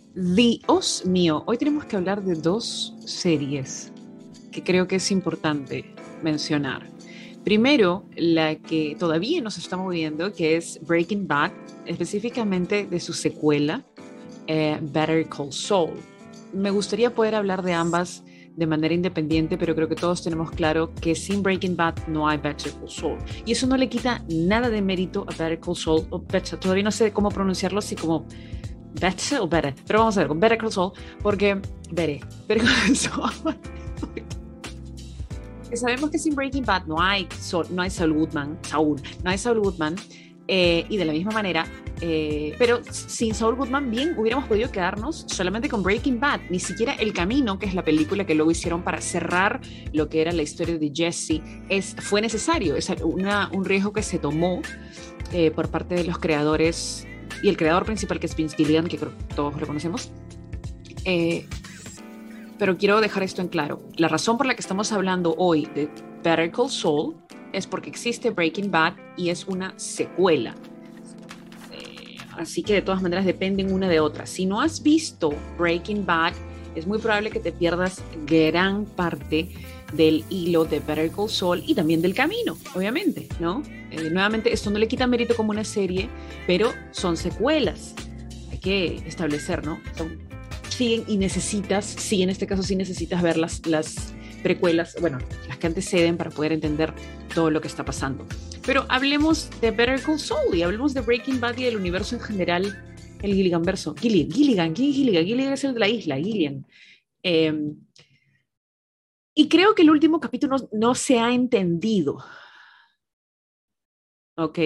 Dios mío, hoy tenemos que hablar de dos series que creo que es importante mencionar. Primero, la que todavía nos está moviendo, que es Breaking Bad, específicamente de su secuela, Better Call Saul. Me gustaría poder hablar de ambas de manera independiente, pero creo que todos tenemos claro que sin Breaking Bad no hay Better Call Saul. Y eso no le quita nada de mérito a Better Call Saul, o Better, todavía no sé cómo pronunciarlo, así como Better o Better, pero vamos a ver, con Better Call Saul, porque Better Call Saul, sabemos que sin Breaking Bad no hay Saul Goodman, y de la misma manera, pero sin Saul Goodman bien hubiéramos podido quedarnos solamente con Breaking Bad, ni siquiera El Camino, que es la película que luego hicieron para cerrar lo que era la historia de Jesse, fue necesario, es un riesgo que se tomó por parte de los creadores y el creador principal, que es Vince Gilligan, que creo que todos lo conocemos. Eh, pero quiero dejar esto en claro. La razón por la que estamos hablando hoy de Better Call Saul es porque existe Breaking Bad y es una secuela. Así que de todas maneras dependen una de otra. Si no has visto Breaking Bad, es muy probable que te pierdas gran parte del hilo de Better Call Saul y también del camino, obviamente, ¿no? Nuevamente, esto no le quita mérito como una serie, pero son secuelas. Hay que establecer, ¿no? Siguen y necesitas, sí, en este caso sí necesitas ver las precuelas, bueno, las que anteceden para poder entender todo lo que está pasando. Pero hablemos de Better Call Saul y hablemos de Breaking Bad y del universo en general, el Gilligan verso. Gilligan es el de la isla, Gillian. Eh, y creo que el último capítulo no se ha entendido, ¿ok?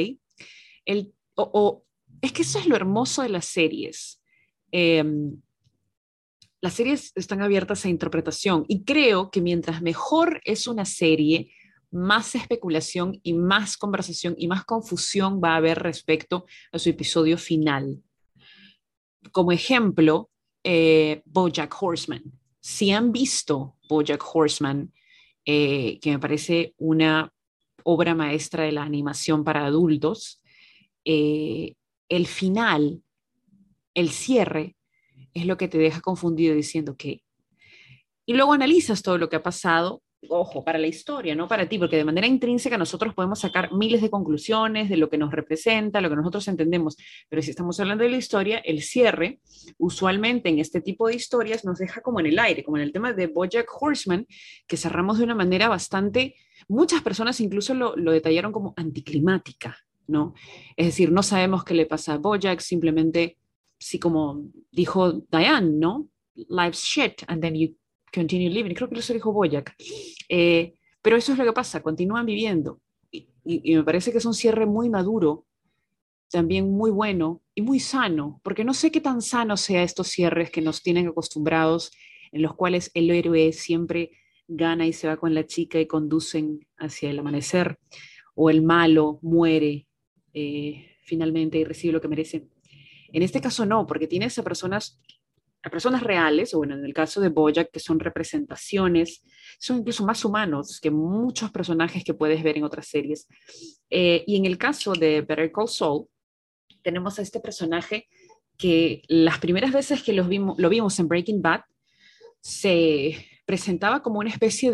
Es que eso es lo hermoso de las series. Eh, las series están abiertas a interpretación y creo que mientras mejor es una serie, más especulación y más conversación y más confusión va a haber respecto a su episodio final. Como ejemplo, BoJack Horseman. Si han visto BoJack Horseman, que me parece una obra maestra de la animación para adultos, eh, el final, el cierre, es lo que te deja confundido diciendo que y luego analizas todo lo que ha pasado, ojo, para la historia, no para ti, porque de manera intrínseca nosotros podemos sacar miles de conclusiones de lo que nos representa, lo que nosotros entendemos, pero si estamos hablando de la historia, el cierre, usualmente en este tipo de historias, nos deja como en el aire, como en el tema de BoJack Horseman, que cerramos de una manera bastante, muchas personas incluso lo detallaron como anticlimática, ¿no? Es decir, no sabemos qué le pasa a BoJack, simplemente, sí, como dijo Diane, ¿no? Life's shit, and then you continue living. Creo que eso dijo Boyack. Pero eso es lo que pasa, continúan viviendo. Y me parece que es un cierre muy maduro, también muy bueno y muy sano, porque no sé qué tan sano sea estos cierres que nos tienen acostumbrados, en los cuales el héroe siempre gana y se va con la chica y conducen hacia el amanecer, o el malo muere finalmente y recibe lo que merece. En este caso no, porque tienes a personas reales, o bueno, en el caso de Bojack, que son representaciones, son incluso más humanos que muchos personajes que puedes ver en otras series. Y en el caso de Better Call Saul, tenemos a este personaje que las primeras veces que lo vimos en Breaking Bad, se presentaba como una especie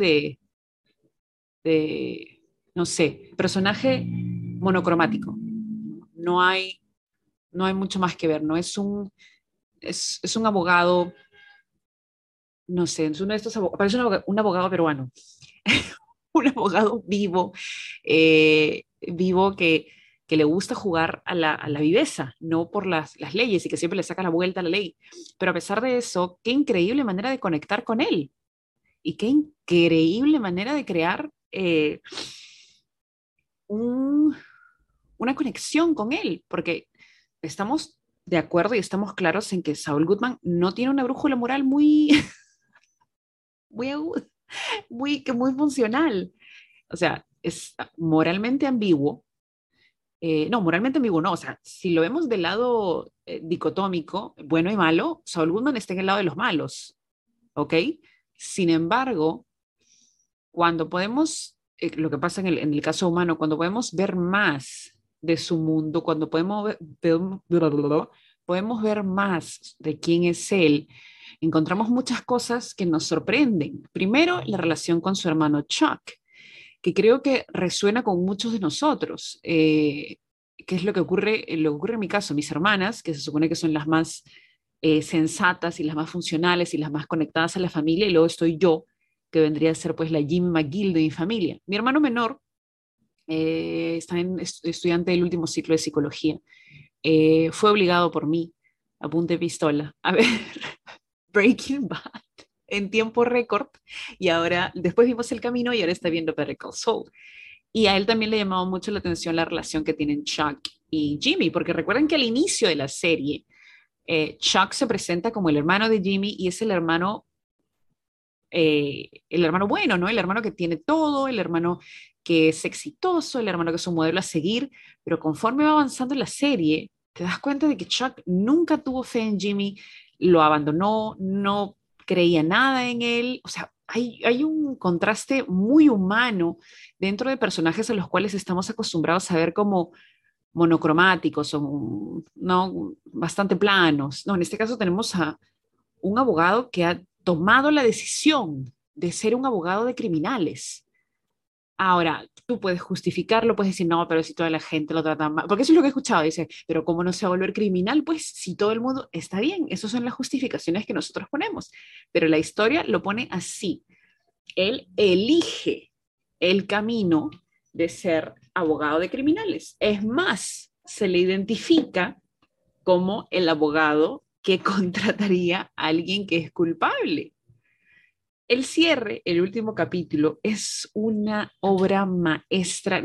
de, no sé, personaje monocromático. No hay, no hay mucho más que ver, no es es un abogado, no sé, es uno de estos abogados, parece un abogado peruano, un abogado vivo, vivo que le gusta jugar a a la viveza, no por las leyes y que siempre le saca la vuelta a la ley. Pero a pesar de eso, qué increíble manera de conectar con él y qué increíble manera de crear un, una conexión con él, porque estamos de acuerdo y estamos claros en que Saul Goodman no tiene una brújula moral muy, muy aguda, muy funcional. O sea, es moralmente ambiguo. No, moralmente ambiguo no. O sea, si lo vemos del lado dicotómico, bueno y malo, Saul Goodman está en el lado de los malos, ¿ok? Sin embargo, cuando podemos, lo que pasa en el caso humano, cuando podemos ver más de su mundo, cuando podemos ver más de quién es él, encontramos muchas cosas que nos sorprenden. Primero, la relación con su hermano Chuck, que creo que resuena con muchos de nosotros. ¿Qué es lo que ocurre en mi caso? Mis hermanas, que se supone que son las más sensatas y las más funcionales y las más conectadas a la familia, y luego estoy yo, que vendría a ser pues la Jim McGill de mi familia. Mi hermano menor estudiante del último ciclo de psicología. Fue obligado por mí, a punta de pistola, a ver Breaking Bad en tiempo récord, y ahora, después vimos El Camino y ahora está viendo Better Call Saul. Y a él también le llamaba mucho la atención la relación que tienen Chuck y Jimmy, porque recuerden que al inicio de la serie, Chuck se presenta como el hermano de Jimmy y es el hermano bueno, ¿no? El hermano que tiene todo, el hermano que es exitoso, el hermano que es un modelo a seguir, pero conforme va avanzando la serie, te das cuenta de que Chuck nunca tuvo fe en Jimmy, lo abandonó, no creía nada en él, o sea, hay un contraste muy humano dentro de personajes a los cuales estamos acostumbrados a ver como monocromáticos o no bastante planos. No, en este caso tenemos a un abogado que ha tomado la decisión de ser un abogado de criminales. Ahora, tú puedes justificarlo, puedes decir, no, pero si toda la gente lo trata mal, porque eso es lo que he escuchado, dice, pero ¿cómo no se va a volver criminal? Pues si todo el mundo está bien, esas son las justificaciones que nosotros ponemos, pero la historia lo pone así. Él elige el camino de ser abogado de criminales. Es más, se le identifica como el abogado que contrataría a alguien que es culpable. El cierre, el último capítulo, es una obra maestra,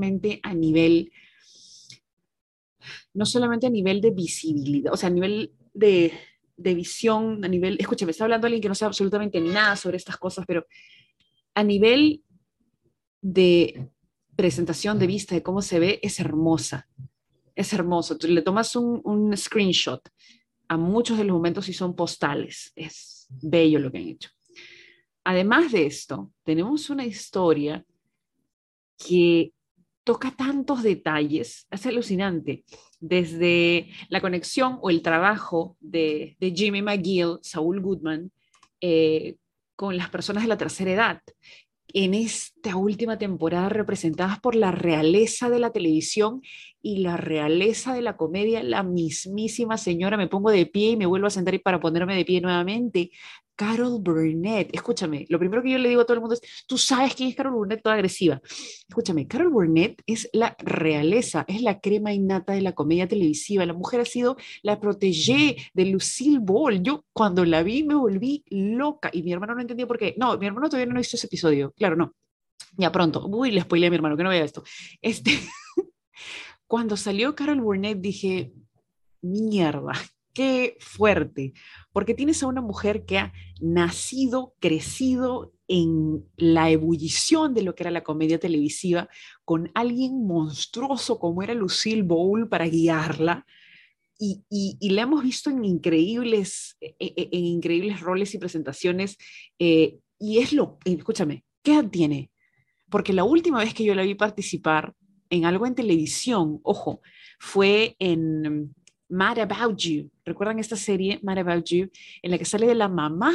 no solamente a nivel de visibilidad, o sea, a nivel de visión, a nivel, escúchame, está hablando alguien que no sabe absolutamente nada sobre estas cosas, pero a nivel de presentación de vista, de cómo se ve, es hermosa, es hermoso. Tú le tomas un screenshot a muchos de los momentos y son postales, es bello lo que han hecho. Además de esto, tenemos una historia que toca tantos detalles, es alucinante, desde la conexión o el trabajo de Jimmy McGill, Saul Goodman, eh, con las personas de la tercera edad. En esta última temporada representadas por la realeza de la televisión y la realeza de la comedia, la mismísima señora, me pongo de pie y me vuelvo a sentar y para ponerme de pie nuevamente, Carol Burnett. Escúchame, lo primero que yo le digo a todo el mundo es, tú sabes quién es Carol Burnett, toda agresiva. Escúchame, Carol Burnett es la realeza, es la crema innata de la comedia televisiva. La mujer ha sido la protégée de Lucille Ball. Yo cuando la vi me volví loca y mi hermano no entendía por qué. No, mi hermano todavía no ha visto ese episodio. Claro, no. Ya pronto. Uy, le spoilé a mi hermano que no vea esto. Este, cuando salió Carol Burnett dije, mierda, qué fuerte, porque tienes a una mujer que ha nacido, crecido en la ebullición de lo que era la comedia televisiva, con alguien monstruoso como era Lucille Ball para guiarla, y la hemos visto en increíbles roles y presentaciones, y escúchame, ¿qué edad tiene? Porque la última vez que yo la vi participar en algo en televisión, ojo, fue en Mad About You. ¿Recuerdan esta serie, Mad About You, en la que sale de la mamá?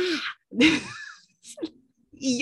Y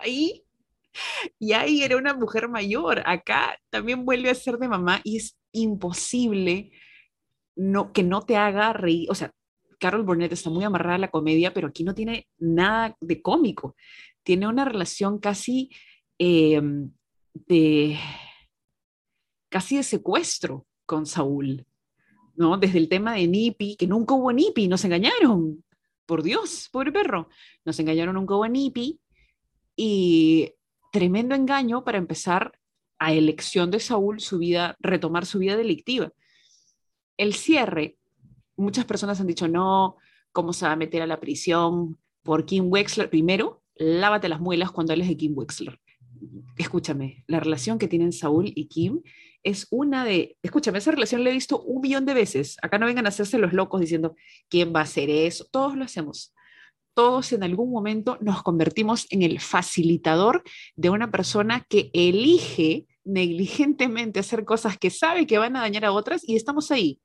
ya ahí era una mujer mayor. Acá también vuelve a ser de mamá y es imposible que no te haga reír. O sea, Carol Burnett está muy amarrada a la comedia, pero aquí no tiene nada de cómico. Tiene una relación eh, de, casi de secuestro con Saúl, ¿no? Desde el tema de Nippy, que nunca hubo Nippy, nos engañaron. Por Dios, pobre perro. Nos engañaron, nunca hubo Nippy. Y tremendo engaño para empezar a elección de Saúl retomar su vida delictiva. El cierre, muchas personas han dicho, no, ¿cómo se va a meter a la prisión por Kim Wexler? Primero, lávate las muelas cuando hables de Kim Wexler. Escúchame, la relación que tienen Saúl y Kim es escúchame, esa relación la he visto 1 millón de veces. Acá no vengan a hacerse los locos diciendo, ¿quién va a hacer eso? Todos lo hacemos. Todos en algún momento nos convertimos en el facilitador de una persona que elige negligentemente hacer cosas que sabe que van a dañar a otras y estamos ahí.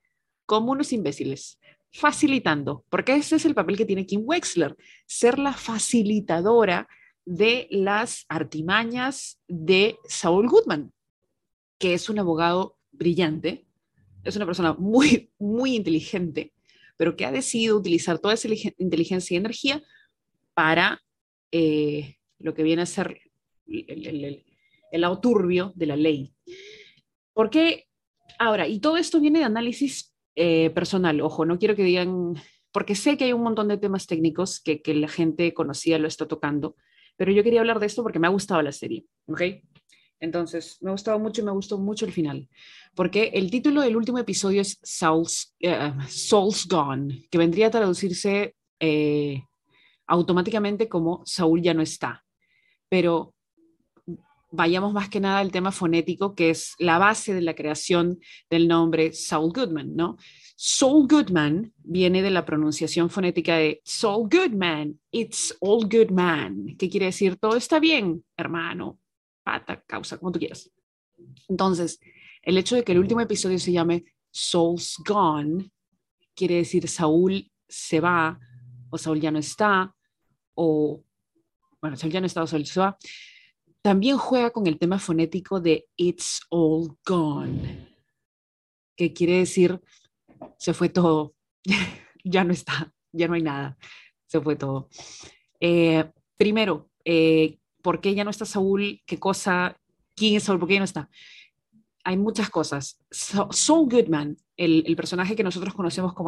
como unos imbéciles, facilitando, porque ese es el papel que tiene Kim Wexler, ser la facilitadora de las artimañas de Saul Goodman, que es un abogado brillante, es una persona muy, muy inteligente, pero que ha decidido utilizar toda esa inteligencia y energía para lo que viene a ser el lado turbio de la ley. ¿Por qué? Ahora, y todo esto viene de análisis personal, ojo, no quiero que digan, porque sé que hay un montón de temas técnicos que la gente conocida lo está tocando, pero yo quería hablar de esto porque me ha gustado la serie, ¿ok? Entonces, me ha gustado mucho y me gustó mucho el final, porque el título del último episodio es Saul's Gone, que vendría a traducirse automáticamente como Saúl ya no está, pero vayamos más que nada al tema fonético, que es la base de la creación del nombre Saul Goodman, ¿no? Saul Goodman viene de la pronunciación fonética de Saul Goodman, it's all good man, que quiere decir todo está bien, hermano, pata, causa, como tú quieras. Entonces, el hecho de que el último episodio se llame Saul's Gone, quiere decir Saúl se va, o Saúl ya no está, o, bueno, Saúl ya no está, o Saúl se va, también juega con el tema fonético de It's all gone, que quiere decir se fue todo, ya no está, ya no hay nada, se fue todo. Primero, ¿por qué ya no está Saúl? ¿Qué cosa? ¿Quién es Saúl? ¿Por qué ya no está? Hay muchas cosas. Saul Goodman, el personaje que nosotros conocemos como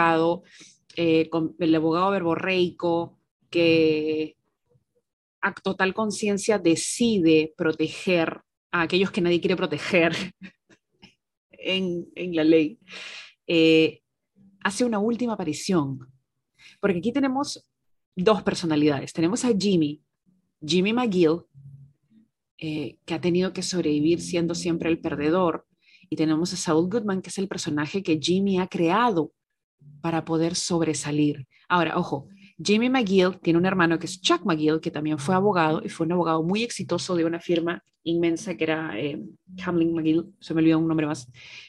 el abogado verborreico, que a total conciencia decide proteger a aquellos que nadie quiere proteger en la ley, eh, hace una última aparición. Porque aquí tenemos dos personalidades. Tenemos a Jimmy McGill, que ha tenido que sobrevivir siendo siempre el perdedor. Y tenemos a Saul Goodman, que es el personaje que Jimmy ha creado para poder sobresalir. Ahora, ojo, Jimmy McGill tiene un hermano que es Chuck McGill, que también fue abogado y fue un abogado muy exitoso de una firma inmensa que era Hamlin McGill, se me olvidó un nombre más.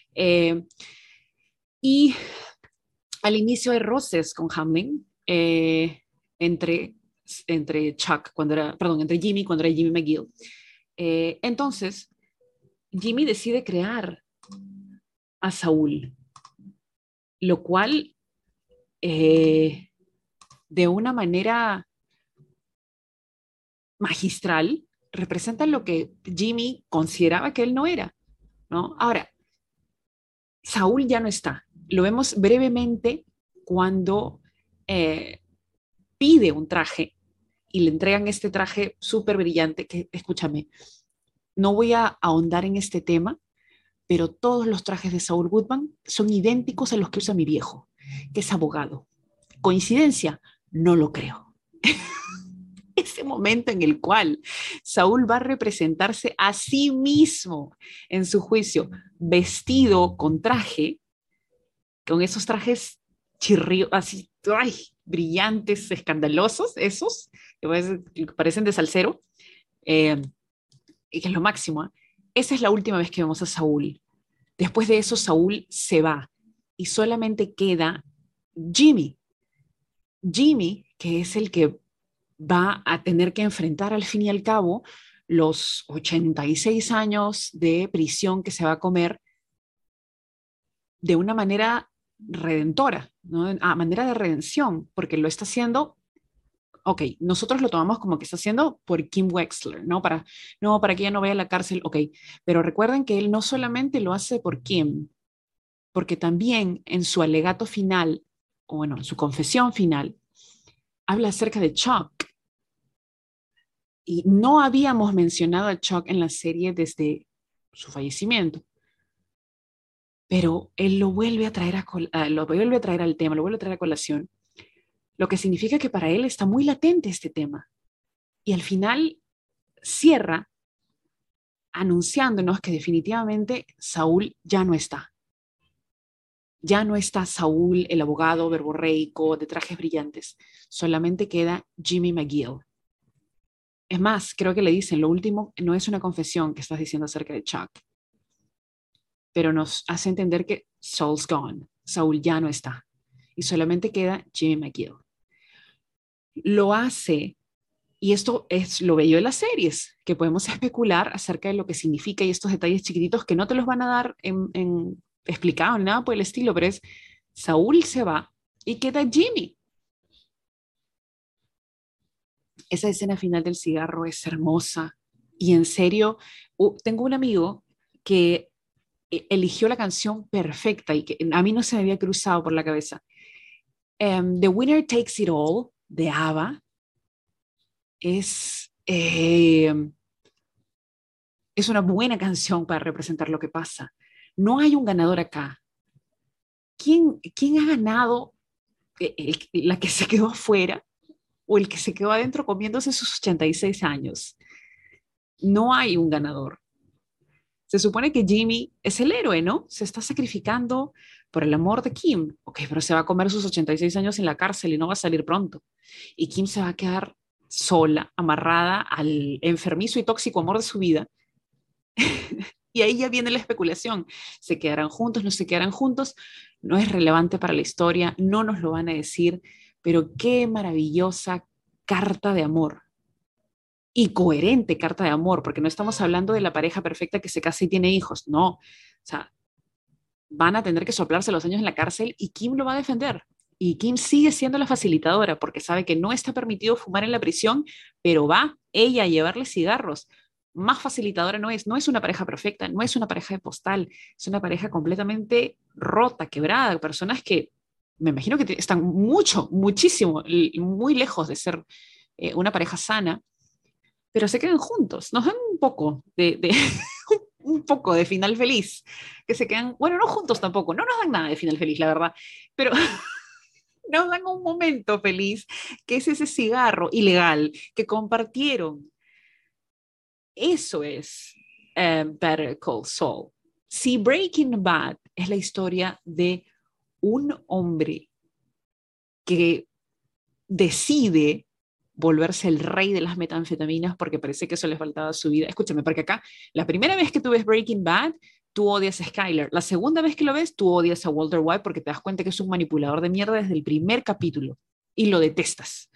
Y al inicio hay roces con Hamlin entre, entre Chuck cuando era, perdón, entre Jimmy cuando era Jimmy McGill. Entonces, Jimmy decide crear a Saúl, lo cual de una manera magistral representa lo que Jimmy consideraba que él no era, ¿no? Ahora, Saúl ya no está. Lo vemos brevemente cuando pide un traje y le entregan este traje súper brillante que, escúchame, no voy a ahondar en este tema, pero todos los trajes de Saul Goodman son idénticos a los que usa mi viejo, que es abogado. ¿Coincidencia? No lo creo. Ese momento en el cual Saúl va a representarse a sí mismo en su juicio, vestido con traje, con esos trajes chirríos, así, ay, brillantes, escandalosos, esos, que parecen de salsero, eh, y que es lo máximo. ¿Eh? Esa es la última vez que vemos a Saúl. Después de eso, Saúl se va y solamente queda Jimmy. Jimmy, que es el que va a tener que enfrentar al fin y al cabo los 86 años de prisión que se va a comer de una manera redentora, ¿no? A manera de redención, porque lo está haciendo, ok, nosotros lo tomamos como que está haciendo por Kim Wexler, ¿no? No, para que ella no vaya a la cárcel, ok, pero recuerden que él no solamente lo hace por Kim, porque también en su alegato final, o bueno, en su confesión final, habla acerca de Chuck. Y no habíamos mencionado a Chuck en la serie desde su fallecimiento, pero él lo vuelve a traer, lo vuelve a traer al tema, lo vuelve a traer a colación, lo que significa que para él está muy latente este tema. Y al final cierra anunciándonos que definitivamente Saúl ya no está. Ya no está Saúl, el abogado verborreico de trajes brillantes. Solamente queda Jimmy McGill. Es más, creo que le dicen, lo último no es una confesión que estás diciendo acerca de Chuck, pero nos hace entender que Saul's gone. Saúl ya no está y solamente queda Jimmy McGill. Lo hace, y esto es lo bello de las series, que podemos especular acerca de lo que significa y estos detalles chiquititos que no te los van a dar explicado, nada por el estilo, pero es Saúl se va y queda Jimmy. Esa escena final del cigarro es hermosa y en serio, tengo un amigo que eligió la canción perfecta y que a mí no se me había cruzado por la cabeza. The Winner Takes It All de ABBA es, es una buena canción para representar lo que pasa. No hay un ganador acá. ¿Quién ha ganado? ¿La que se quedó afuera o el que se quedó adentro comiéndose sus 86 años? No hay un ganador. Se supone que Jimmy es el héroe, ¿no? Se está sacrificando por el amor de Kim. Ok, pero se va a comer sus 86 años en la cárcel y no va a salir pronto. Y Kim se va a quedar sola, amarrada al enfermizo y tóxico amor de su vida. Y ahí ya viene la especulación. ¿Se quedarán juntos? ¿No se quedarán juntos? No es relevante para la historia, no nos lo van a decir, pero qué maravillosa carta de amor y coherente carta de amor, porque no estamos hablando de la pareja perfecta que se casa y tiene hijos, no. O sea, van a tener que soplarse los años en la cárcel y Kim lo va a defender. Y Kim sigue siendo la facilitadora porque sabe que no está permitido fumar en la prisión, pero va ella a llevarle cigarros. Más facilitadora no es una pareja perfecta, no es una pareja de postal, es una pareja completamente rota, quebrada, personas que me imagino que están muchísimo, muy lejos de ser una pareja sana, pero se quedan juntos. Nos dan un poco un poco de final feliz, que se quedan, bueno, no juntos tampoco, no nos dan nada de final feliz, la verdad, pero nos dan un momento feliz, que es ese cigarro ilegal que compartieron. Eso es Better Call Saul. Si Breaking Bad es la historia de un hombre que decide volverse el rey de las metanfetaminas porque parece que eso le faltaba a su vida. Escúchame, porque acá, la primera vez que tú ves Breaking Bad, tú odias a Skyler. La segunda vez que lo ves, tú odias a Walter White porque te das cuenta que es un manipulador de mierda desde el primer capítulo y lo detestas.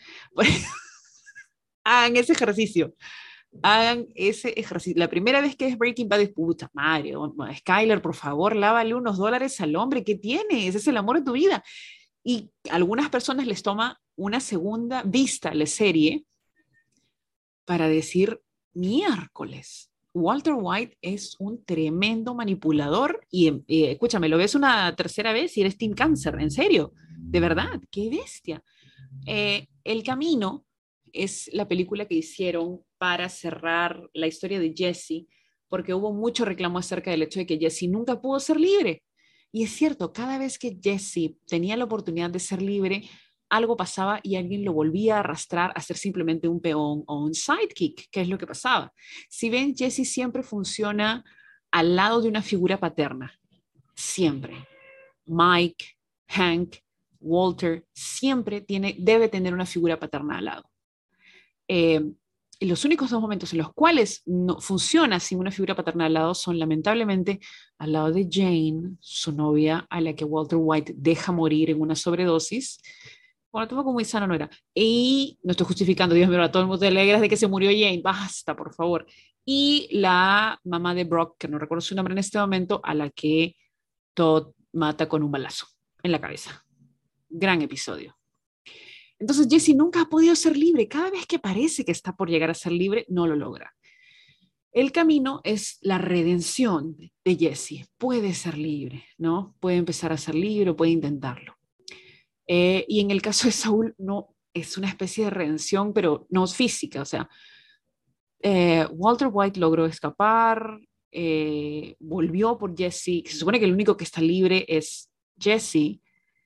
Hagan ese ejercicio. Hagan ese ejercicio. La primera vez que es Breaking Bad es puta madre. Skyler, por favor, lávale unos dólares al hombre. ¿Qué tienes? Es el amor de tu vida. Y a algunas personas les toma una segunda vista a la serie para decir, miércoles, Walter White es un tremendo manipulador y escúchame, lo ves una tercera vez y eres Team Cáncer, en serio, de verdad, qué bestia. El Camino es la película que hicieron para cerrar la historia de Jesse, porque hubo mucho reclamo acerca del hecho de que Jesse nunca pudo ser libre. Y es cierto, cada vez que Jesse tenía la oportunidad de ser libre, algo pasaba y alguien lo volvía a arrastrar a ser simplemente un peón o un sidekick, que es lo que pasaba. Si ven, Jesse siempre funciona al lado de una figura paterna, siempre. Mike, Hank, Walter, siempre debe tener una figura paterna al lado. Eh, y los únicos dos momentos en los cuales no funciona sin una figura paterna al lado son lamentablemente al lado de Jane, su novia, a la que Walter White deja morir en una sobredosis. Bueno, tampoco muy sano no era. Y no estoy justificando, Dios mío, a todo el mundo te alegras de que se murió Jane, basta, por favor. Y la mamá de Brock, que no recuerdo su nombre en este momento, a la que Todd mata con un balazo en la cabeza. Gran episodio. Entonces Jesse nunca ha podido ser libre. Cada vez que parece que está por llegar a ser libre, no lo logra. El camino es la redención de Jesse. Puede ser libre, ¿no? Puede empezar a ser libre, puede intentarlo. Y en el caso de Saúl, no, es una especie de redención, pero no física. O sea, Walter White logró escapar, volvió por Jesse. Se supone que el único que está libre es Jesse.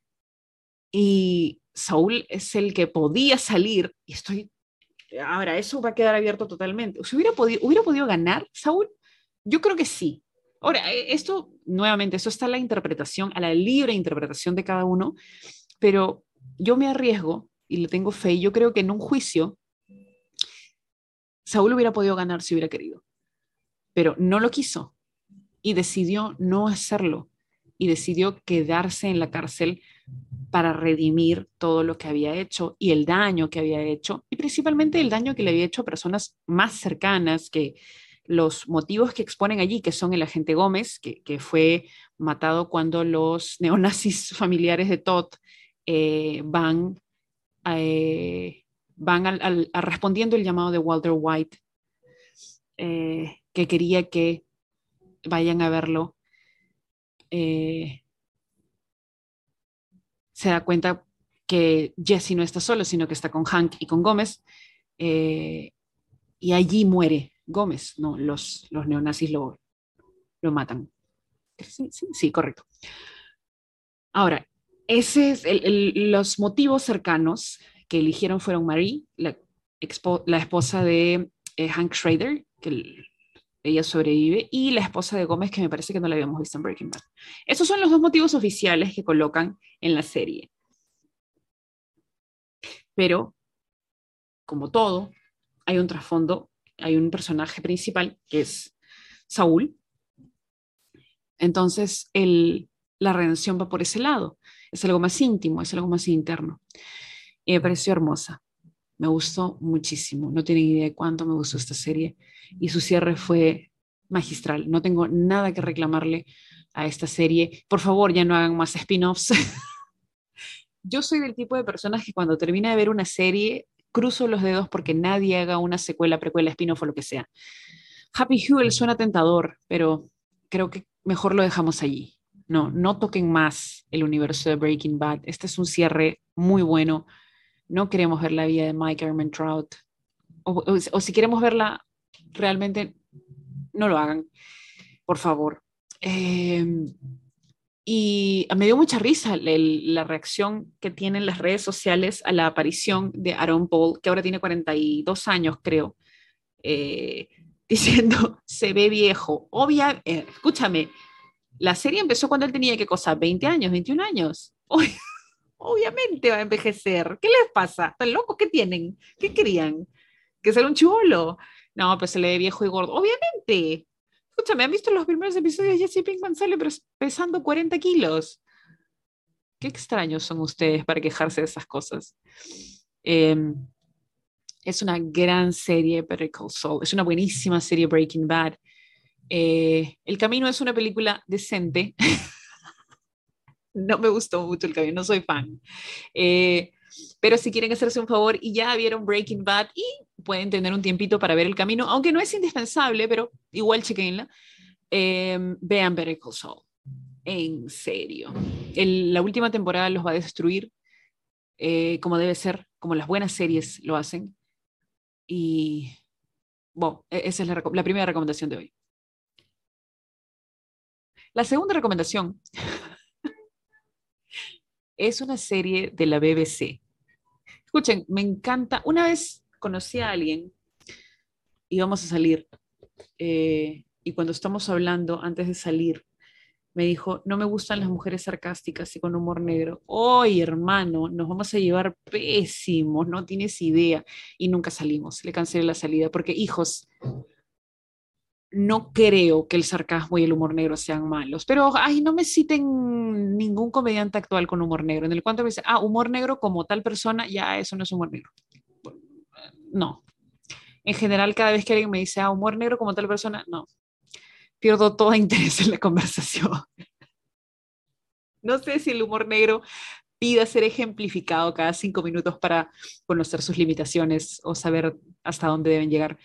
Y Saúl es el que podía salir. Y estoy. Ahora, eso va a quedar abierto totalmente. ¿Se hubiera podido ganar Saúl? Yo creo que sí. Ahora, esto, nuevamente, eso está a la interpretación, a la libre interpretación de cada uno, pero yo me arriesgo y le tengo fe. Y yo creo que en un juicio, Saúl hubiera podido ganar si hubiera querido, pero no lo quiso y decidió no hacerlo. y decidió quedarse en la cárcel para redimir todo lo que había hecho y el daño que había hecho, y principalmente el daño que le había hecho a personas más cercanas, que los motivos que exponen allí, que son el agente Gómez, que fue matado cuando los neonazis familiares de Todd van, respondiendo el llamado de Walter White, que quería que vayan a verlo. Se da cuenta que Jesse no está solo, sino que está con Hank y con Gómez, eh, y allí muere Gómez, no, los neonazis lo matan. Sí, sí, sí, correcto. Ahora, ese es los motivos cercanos que eligieron fueron Marie, la esposa de Hank Schrader, ella sobrevive, y la esposa de Gómez, que me parece que no la habíamos visto en Breaking Bad. Esos son los dos motivos oficiales que colocan en la serie. Pero, como todo, hay un trasfondo, hay un personaje principal que es Saúl. Entonces, la redención va por ese lado. Es algo más íntimo, es algo más interno. Y me pareció hermosa. Me gustó muchísimo. No tienen idea de cuánto me gustó esta serie. Y su cierre fue magistral. No tengo nada que reclamarle a esta serie. Por favor, ya no hagan más spin-offs. Yo soy del tipo de personas que cuando termina de ver una serie, cruzo los dedos porque nadie haga una secuela, precuela, spin-off o lo que sea. Happy Hugel suena tentador, pero creo que mejor lo dejamos allí. No, no toquen más el universo de Breaking Bad. Este es un cierre muy bueno. No queremos ver la vida de Mike Ehrmantraut. O si queremos verla, realmente no lo hagan, por favor. Y me dio mucha risa la reacción que tienen las redes sociales a la aparición de Aaron Paul, que ahora tiene 42 años, creo, eh, diciendo, se ve viejo. Escúchame, la serie empezó cuando él tenía, ¿qué cosa? 20 años, 21 años. Obviamente va a envejecer. ¿Qué les pasa? ¿Están locos? ¿Qué tienen? ¿Qué querían? ¿Que ser un chivolo? No, pues se le ve viejo y gordo. Obviamente. Escúchame, ¿han visto los primeros episodios? Jesse Pinkman sale pesando 40 kilos. Qué extraños son ustedes para quejarse de esas cosas. Eh, es una gran serie, Better Call Saul. Es una buenísima serie, Breaking Bad. El Camino es una película decente. No me gustó mucho El Camino, no soy fan. Eh, pero si quieren hacerse un favor y ya vieron Breaking Bad y pueden tener un tiempito para ver El Camino, aunque no es indispensable, pero igual chequenla, vean Better Call Saul. En serio. La última temporada los va a destruir, como debe ser, como las buenas series lo hacen. Y bueno, esa es la primera recomendación de hoy. La segunda recomendación es una serie de la BBC. Escuchen, me encanta. Una vez conocí a alguien, íbamos a salir, y cuando estamos hablando, antes de salir, me dijo, no me gustan las mujeres sarcásticas y con humor negro. ¡Ay, hermano! Nos vamos a llevar pésimos, no tienes idea. Y nunca salimos, le cancelé la salida, porque hijos, no creo que el sarcasmo y el humor negro sean malos, pero, ay, no me citen ningún comediante actual con humor negro. En el cuanto me dice, humor negro como tal persona, ya eso no es humor negro. No. En general, cada vez que alguien me dice, humor negro como tal persona, no. Pierdo todo interés en la conversación. No sé si el humor negro pida ser ejemplificado cada 5 minutos para conocer sus limitaciones o saber hasta dónde deben llegar.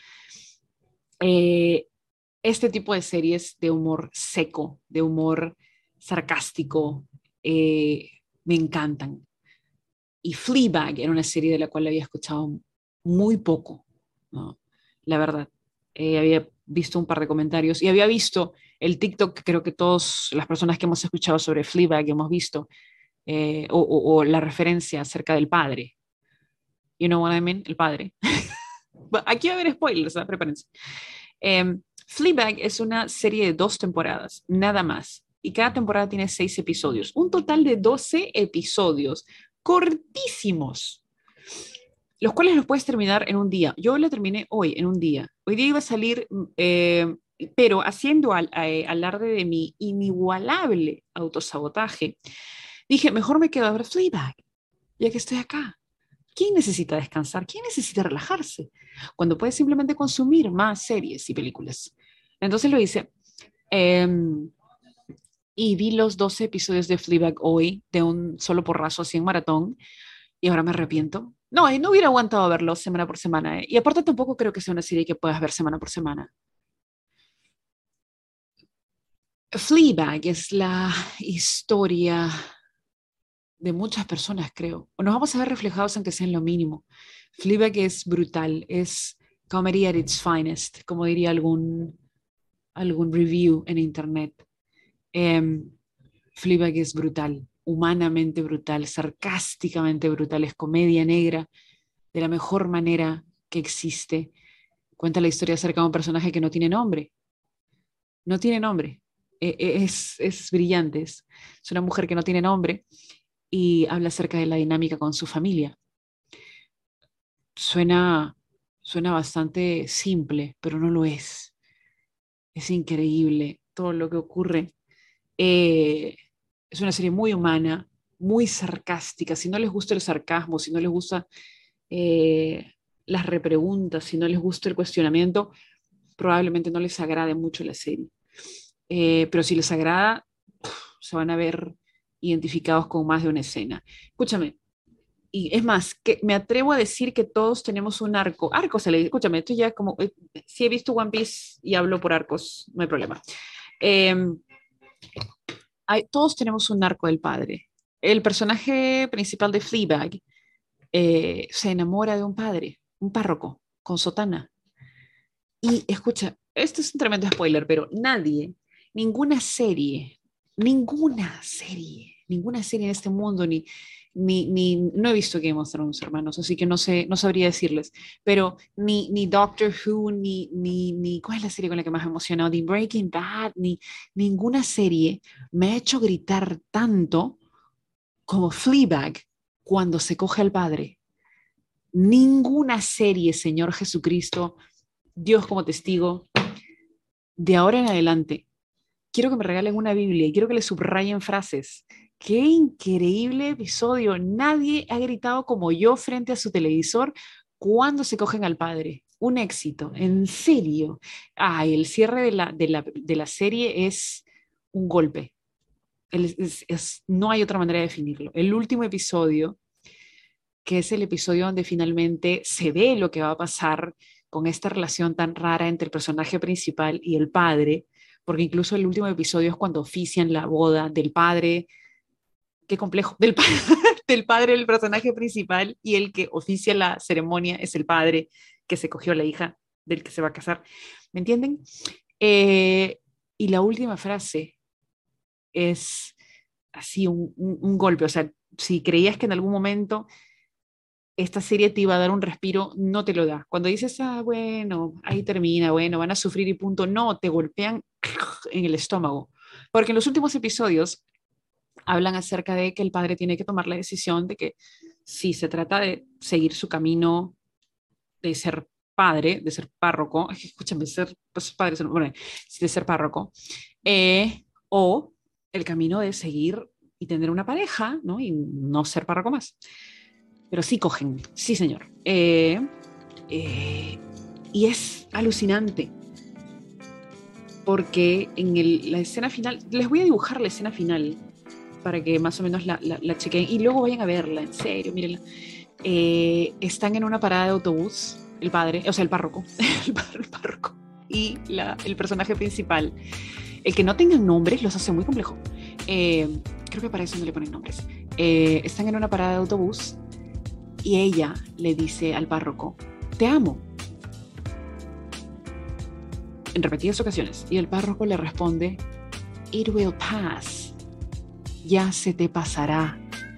Este tipo de series de humor seco, de humor sarcástico, me encantan. Y Fleabag era una serie de la cual había escuchado muy poco, ¿no? La verdad. Había visto un par de comentarios y había visto el TikTok que creo que todas las personas que hemos escuchado sobre Fleabag hemos visto, o la referencia acerca del padre. You know what I mean? El padre. Aquí va a haber spoilers, ¿eh? Prepárense. Fleabag es una serie de 2 temporadas, nada más. Y cada temporada tiene 6 episodios. Un total de 12 episodios, cortísimos, los cuales los puedes terminar en un día. Yo la terminé hoy, en un día. Hoy día iba a salir pero haciendo alarde de mi inigualable autosabotaje, dije, mejor me quedo a ver Fleabag, ya que estoy acá. ¿Quién necesita descansar? ¿Quién necesita relajarse? Cuando puede simplemente consumir más series y películas. Entonces lo hice. em, y vi los 12 episodios de Fleabag hoy, de un solo porrazo, así en maratón, y ahora me arrepiento. No, y no hubiera aguantado verlo semana por semana. Y aparte tampoco creo que sea una serie que puedas ver semana por semana. Fleabag es la historia de muchas personas, creo. O nos vamos a ver reflejados aunque sea en lo mínimo. Fleabag es brutal, es comedy at its finest, como diría algún review en internet. Um, Fleabag es brutal, humanamente brutal, sarcásticamente brutal, es comedia negra de la mejor manera que existe. Cuenta la historia acerca de un personaje que no tiene nombre. No tiene nombre. Es brillante. Es una mujer que no tiene nombre y habla acerca de la dinámica con su familia. Suena, suena bastante simple, pero no lo es. Es increíble todo lo que ocurre. Eh, es una serie muy humana, muy sarcástica. Si no les gusta el sarcasmo, si no les gusta eh, las repreguntas, si no les gusta el cuestionamiento, probablemente no les agrade mucho la serie. Pero si les agrada, se van a ver identificados con más de una escena. Escúchame, y es más, que me atrevo a decir que todos tenemos un arco. Arco se le dice, escúchame, esto ya como, si he visto One Piece y hablo por arcos, no hay problema. Eh, todos tenemos un arco del padre. El personaje principal de Fleabag se enamora de un padre, un párroco, con sotana. Y escucha, esto es un tremendo spoiler, pero nadie, ninguna serie, ninguna serie en este mundo, no he visto Game of Thrones, hermanos, así que no sé, no sabría decirles, pero ni Doctor Who, ¿cuál es la serie con la que más me he emocionado? Ni Breaking Bad, ni ninguna serie me ha hecho gritar tanto como Fleabag cuando se coge al padre. Ninguna serie, Señor Jesucristo, Dios como testigo, de ahora en adelante, quiero que me regalen una Biblia y quiero que le subrayen frases. Qué increíble episodio. Nadie ha gritado como yo frente a su televisor cuando se cogen al padre. Un éxito, en serio. Ay, el cierre de la serie es un golpe. No hay otra manera de definirlo. El último episodio, que es el episodio donde finalmente se ve lo que va a pasar con esta relación tan rara entre el personaje principal y el padre, porque incluso el último episodio es cuando ofician la boda del padre, qué complejo, del padre del personaje principal, y el que oficia la ceremonia es el padre que se cogió a la hija del que se va a casar. ¿Me entienden? Y la última frase es así un golpe, o sea, si creías que en algún momento esta serie te iba a dar un respiro, no te lo da. Cuando dices, bueno, ahí termina, bueno, van a sufrir y punto, no, te golpean en el estómago. Porque en los últimos episodios hablan acerca de que el padre tiene que tomar la decisión de que si se trata de seguir su camino de ser padre, de ser párroco, escúchame, ser pues, padre, bueno, de ser párroco, o el camino de seguir y tener una pareja, ¿no? Y no ser párroco más. Pero sí cogen, sí señor. Y es alucinante, porque en la escena final, les voy a dibujar la escena final para que más o menos la chequen y luego vayan a verla, en serio, mírenla. Están en una parada de autobús, el padre, o sea, el párroco, el párroco y el personaje principal. El que no tengan nombres los hace muy complejo. Creo que para eso no le ponen nombres. Están en una parada de autobús y ella le dice al párroco, te amo, en repetidas ocasiones. Y el párroco le responde, it will pass, ya se te pasará.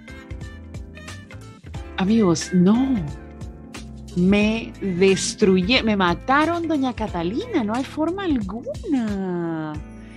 Amigos, no, me mataron doña Catalina, no hay forma alguna.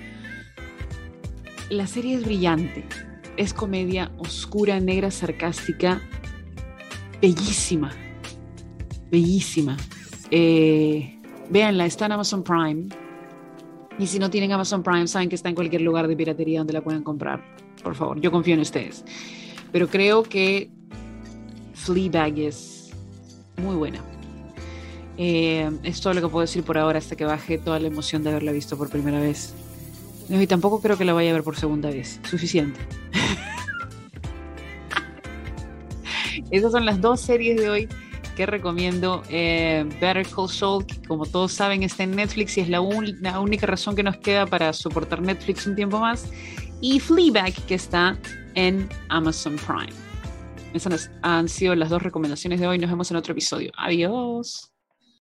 La serie es brillante, es comedia oscura, negra, sarcástica, bellísima, bellísima. Véanla, está en Amazon Prime. Y si no tienen Amazon Prime, saben que está en cualquier lugar de piratería donde la puedan comprar. Por favor, yo confío en ustedes. Pero creo que Fleabag es muy buena. Es todo lo que puedo decir por ahora hasta que baje toda la emoción de haberla visto por primera vez. No, y tampoco creo que la vaya a ver por segunda vez. Suficiente. Esas son las dos series de hoy que recomiendo. Better Call Saul, que como todos saben está en Netflix y es la única razón que nos queda para soportar Netflix un tiempo más. Y Fleabag, que está en Amazon Prime. Esas han sido las dos recomendaciones de hoy. Nos vemos en otro episodio. Adiós.